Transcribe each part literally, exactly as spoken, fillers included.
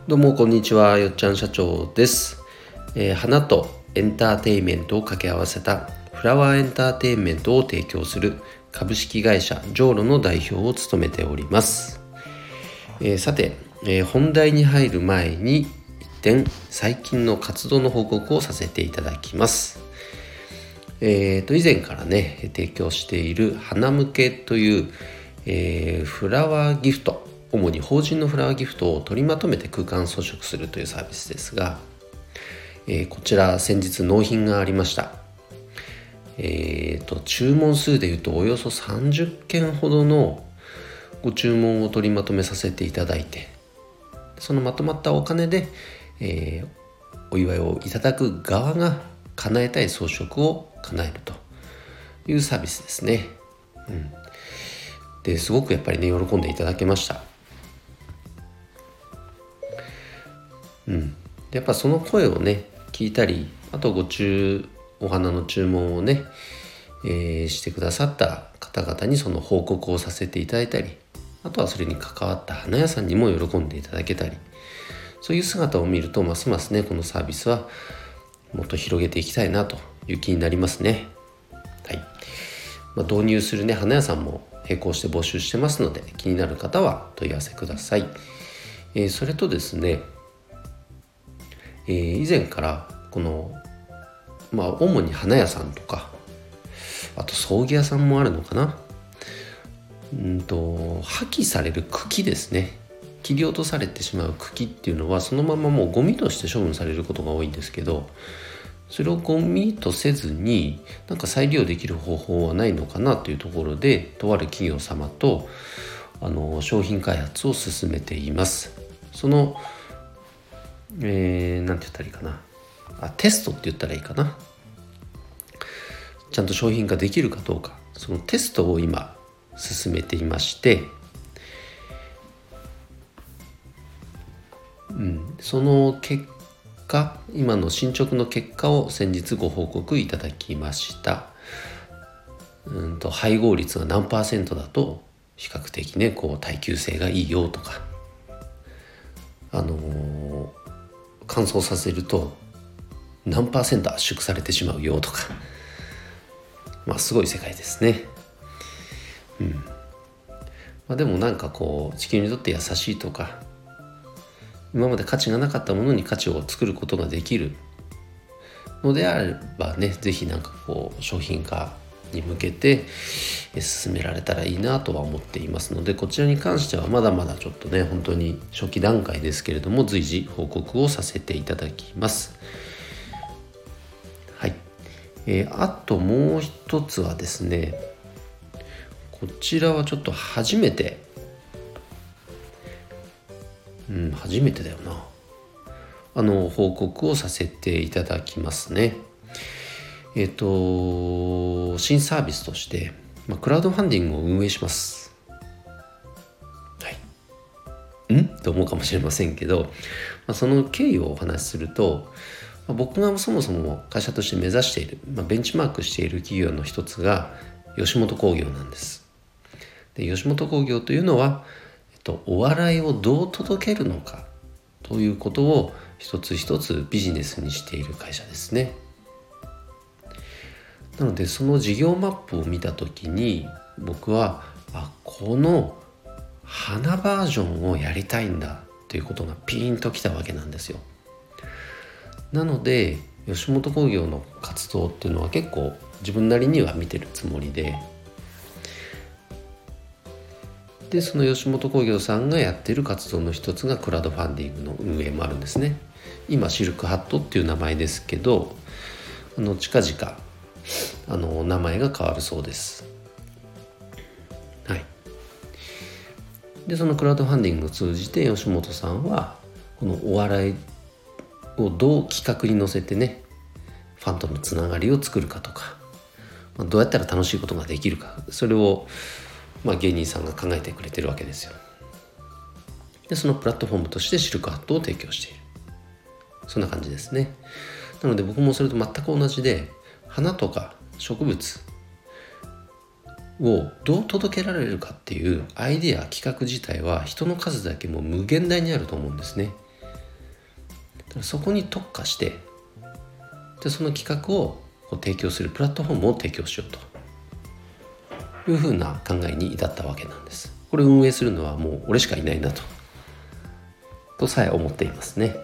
どうもこんにちは、よっちゃん社長です、えー、花とエンターテインメントを掛け合わせたフラワーエンターテインメントを提供する株式会社ジョーロの代表を務めております。えー、さて、えー、本題に入る前に一点最近の活動の報告をさせていただきます。えー、と以前からね提供している花向けという、えー、フラワーギフト、主に法人のフラワーギフトを取りまとめて空間装飾するというサービスですが、えー、こちら先日納品がありました。えー、と注文数でいうとおよそさんじゅっけんほどのご注文を取りまとめさせていただいて、そのまとまったお金で、えー、お祝いをいただく側が叶えたい装飾を叶えるというサービスですね。うん、ですごくやっぱりね喜んでいただけました。うん、でやっぱその声をね聞いたり、あとご注お花の注文をね、えー、してくださった方々にその報告をさせていただいたり、あとはそれに関わった花屋さんにも喜んでいただけたり、そういう姿を見るとますますねこのサービスはもっと広げていきたいなという気になりますね。はい。まあ、導入するね花屋さんも並行して募集してますので、気になる方は問い合わせください。えー、それとですね、えー、以前からこのまあ主に花屋さんとか、あと葬儀屋さんもあるのかな、うんと破棄される茎ですね、切り落とされてしまう茎っていうのはそのままもうゴミとして処分されることが多いんですけど、それをゴミとせずになんか再利用できる方法はないのかなというところで、とある企業様とあの商品開発を進めています。そのえー、なんて言ったらいいかなあテストって言ったらいいかな、ちゃんと商品化できるかどうか、そのテストを今進めていまして、うん、その結果、今の進捗の結果を先日ご報告いただきました。うんと配合率が何パーセントだと比較的ねこう耐久性がいいよとか、あのー、乾燥させると何パーセント圧縮されてしまうよとか、まあすごい世界ですね。うん。まあ、でもなんかこう地球にとって優しいとか、今まで価値がなかったものに価値を作ることができるのであればね、ぜひなんかこう商品化に向けて進められたらいいなとは思っていますので、こちらに関してはまだまだちょっとね本当に初期段階ですけれども、随時報告をさせていただきます。はい。えー、あともう一つはですね、こちらはちょっと初めてうん初めてだよなあの報告をさせていただきますね。えっと新サービスとして、まあ、クラウドファンディングを運営します。はい。んと思うかもしれませんけど、まあ、その経緯をお話しすると、まあ、僕がそもそも会社として目指している、まあ、ベンチマークしている企業の一つが吉本興業なんです。で吉本興業というのは、えっと、お笑いをどう届けるのかということを一つ一つビジネスにしている会社ですね。なのでその事業マップを見たときに、僕はあこの花バージョンをやりたいんだということがピーンときたわけなんですよ。なので吉本興業の活動っていうのは結構自分なりには見てるつもりで、でその吉本興業さんがやっている活動の一つがクラウドファンディングの運営もあるんですね。今シルクハットっていう名前ですけど、あの近々あの名前が変わるそうです。はい。でそのクラウドファンディングを通じて吉本さんはこのお笑いをどう企画に乗せてねファンとのつながりを作るかとか、まあ、どうやったら楽しいことができるか、それを、まあ、芸人さんが考えてくれてるわけですよ。でそのプラットフォームとしてシルクハットを提供している、そんな感じですね。なので僕もそれと全く同じで、花とか植物をどう届けられるかっていうアイデア企画自体は人の数だけもう無限大にあると思うんですね。 そこに特化してでその企画をこう提供するプラットフォームを提供しようというふうな考えに至ったわけなんです。これを運営するのはもう俺しかいないなととさえ思っていますね。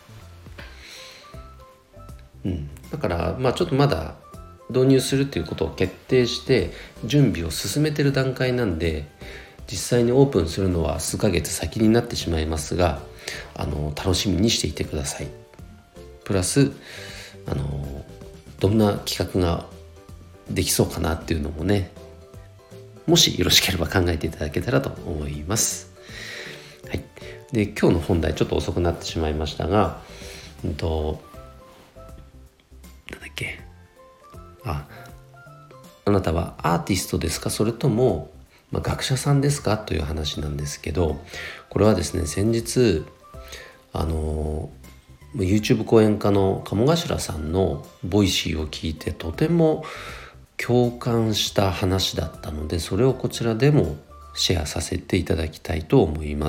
うん、だからまあちょっとまだ導入するということを決定して準備を進めている段階なんで、実際にオープンするのは数ヶ月先になってしまいますが、あの楽しみにしていてください。プラスあのどんな企画ができそうかなっていうのもね、もしよろしければ考えていただけたらと思います。はい、で今日の本題ちょっと遅くなってしまいましたが、うんとなんだっけああなたはアーティストですか、それとも、まあ、学者さんですかという話なんですけど、これはですね、先日あの YouTube 講演家の鴨頭さんのボイシーを聞いてとても共感した話だったので、それをこちらでもシェアさせていただきたいと思います。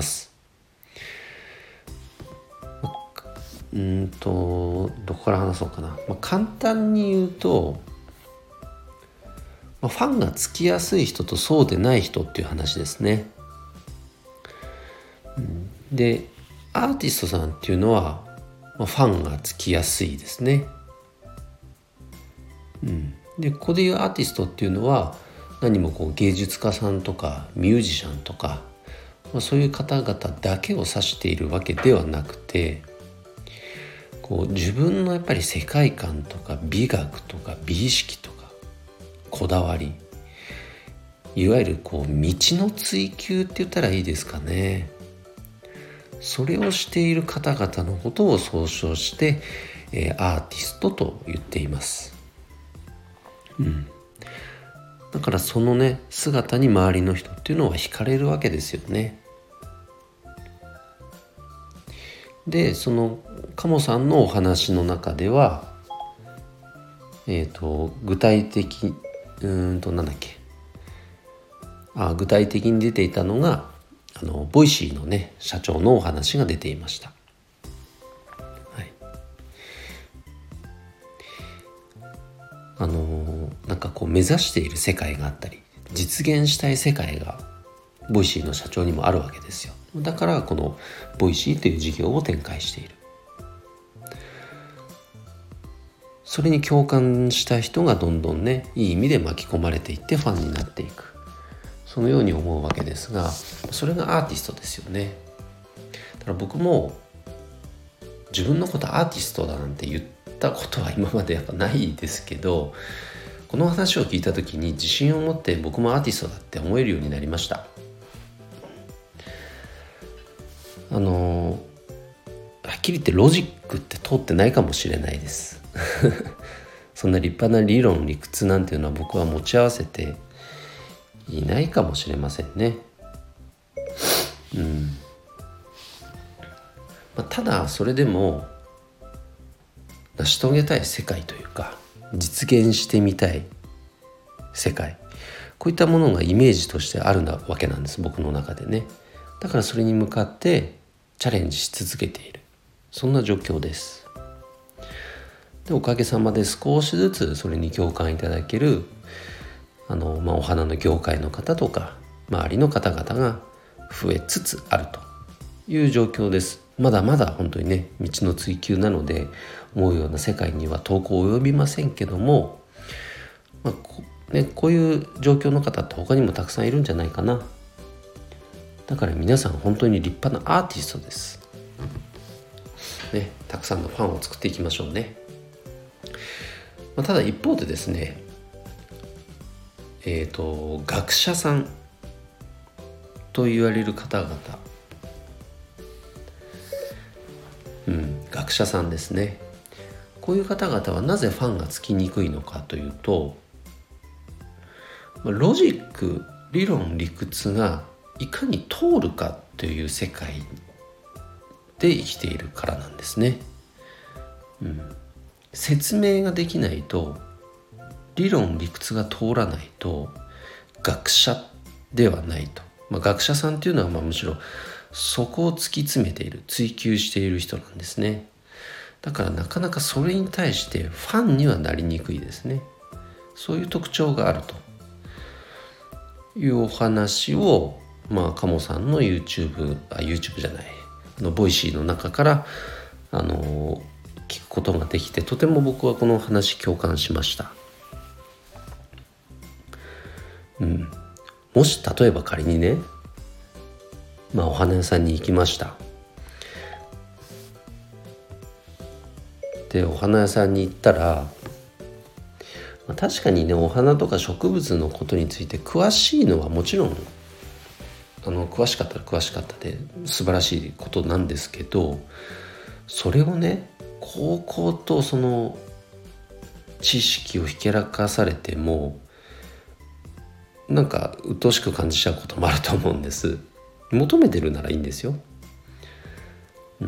うんとどこから話そうかな、まあ、簡単に言うと、まあ、ファンがつきやすい人とそうでない人っていう話ですね。うん、でアーティストさんっていうのは、まあ、ファンがつきやすいですね。うん、でここでいうアーティストっていうのは何もこう芸術家さんとかミュージシャンとか、まあ、そういう方々だけを指しているわけではなくて、こう自分のやっぱり世界観とか美学とか美意識とかこだわり、いわゆるこう道の追求って言ったらいいですかね。それをしている方々のことを総称して、えー、アーティストと言っています。うん、だからそのね姿に周りの人っていうのは惹かれるわけですよね。でその鴨さんのお話の中では、えーと具体的うーんとなんだっけあ具体的に出ていたのがあのボイシーのね社長のお話が出ていました。はい、あのー、なんかこう目指している世界があったり実現したい世界がボイシーの社長にもあるわけですよ。だからこのボイシーという事業を展開している。それに共感した人がどんどんねいい意味で巻き込まれていってファンになっていく、そのように思うわけですが、それがアーティストですよね。だから僕も自分のことアーティストだなんて言ったことは今までやっぱないですけど、この話を聞いた時に自信を持って僕もアーティストだって思えるようになりました。あのはっきり言ってロジックって通ってないかもしれないですそんな立派な理論理屈なんていうのは僕は持ち合わせていないかもしれませんね。うんまあ、ただそれでも成し遂げたい世界というか実現してみたい世界、こういったものがイメージとしてあるわけなんです、僕の中でね。だからそれに向かってチャレンジし続けている、そんな状況です。でおかげさまで少しずつそれに共感いただけるあの、まあ、お花の業界の方とか周りの方々が増えつつあるという状況です。まだまだ本当にね道の追求なので思うような世界には遠く及びませんけども、まあこね、こういう状況の方って他にもたくさんいるんじゃないかな。だから皆さん本当に立派なアーティストです、ね、たくさんのファンを作っていきましょうね。まあ、ただ一方でですね、えーと、学者さんと言われる方々、うん、学者さんですね。こういう方々はなぜファンがつきにくいのかというと、ロジック、理論、理屈がいかに通るかという世界で生きているからなんですね。うん、説明ができないと、理論理屈が通らないと学者ではないと、まあ、学者さんっていうのはまあむしろそこを突き詰めている、追求している人なんですね。 だからなかなかそれに対してファンにはなりにくいですね。そういう特徴があるというお話を、まあカモさんの YouTube あ YouTube じゃないあのボイシーの中からあの聞くことができて、とても僕はこの話共感しました。うん、もし例えば仮にね、まあお花屋さんに行きました。でお花屋さんに行ったら、まあ、確かにねお花とか植物のことについて詳しいのはもちろんあの詳しかったら詳しかったで素晴らしいことなんですけど、それをねこうこうとその知識をひけらかされてもなんか鬱陶しく感じちゃうこともあると思うんです。求めてるならいいんですよ。うん、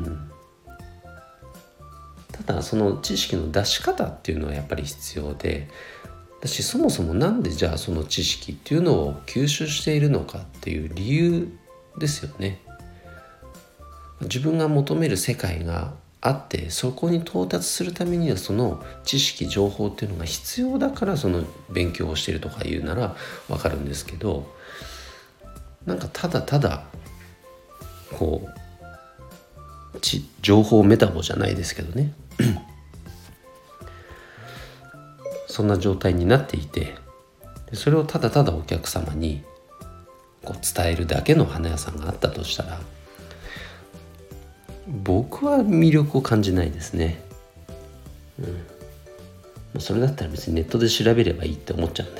ただその知識の出し方っていうのはやっぱり必要で、だしそもそもなんでじゃあその知識っていうのを吸収しているのかっていう理由ですよね。自分が求める世界があってそこに到達するためにはその知識情報っていうのが必要だからその勉強をしているとか言うならわかるんですけど、なんかただただこうち情報メタボじゃないですけどねそんな状態になっていて、それをただただお客様にこう伝えるだけの花屋さんがあったとしたら、僕は魅力を感じないですね。うん、それだったら別にネットで調べればいいって思っちゃうんで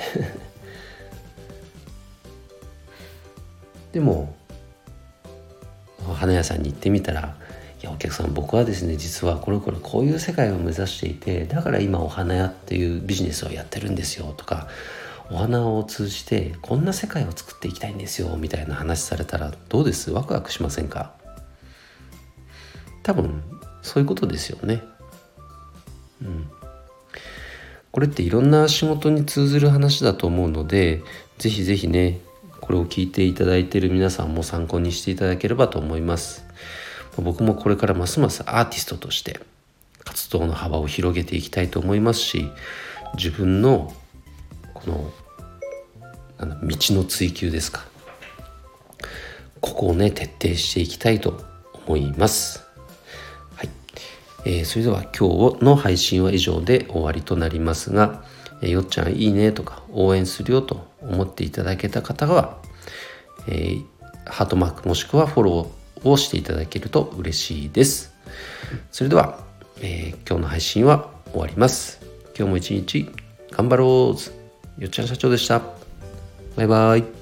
でも花屋さんに行ってみたら、いやお客さん僕はですね実はこれこれこういう世界を目指していて、だから今お花屋っていうビジネスをやってるんですよとか、お花を通じてこんな世界を作っていきたいんですよみたいな話されたらどうです？ワクワクしませんか？多分そういうことですよね。うん、これっていろんな仕事に通ずる話だと思うので、ぜひぜひねこれを聞いていただいている皆さんも参考にしていただければと思います。僕もこれからますますアーティストとして活動の幅を広げていきたいと思いますし、自分のこのあの道の追求ですか、ここをね徹底していきたいと思います。はい、えー、それでは今日の配信は以上で終わりとなりますが、えー、よっちゃんいいねとか応援するよと思っていただけた方は、えー、ハートマークもしくはフォローをしていただけると嬉しいです。それでは、えー、今日の配信は終わります。今日も一日頑張ろう。よっちゃん社長でした。バイバイ。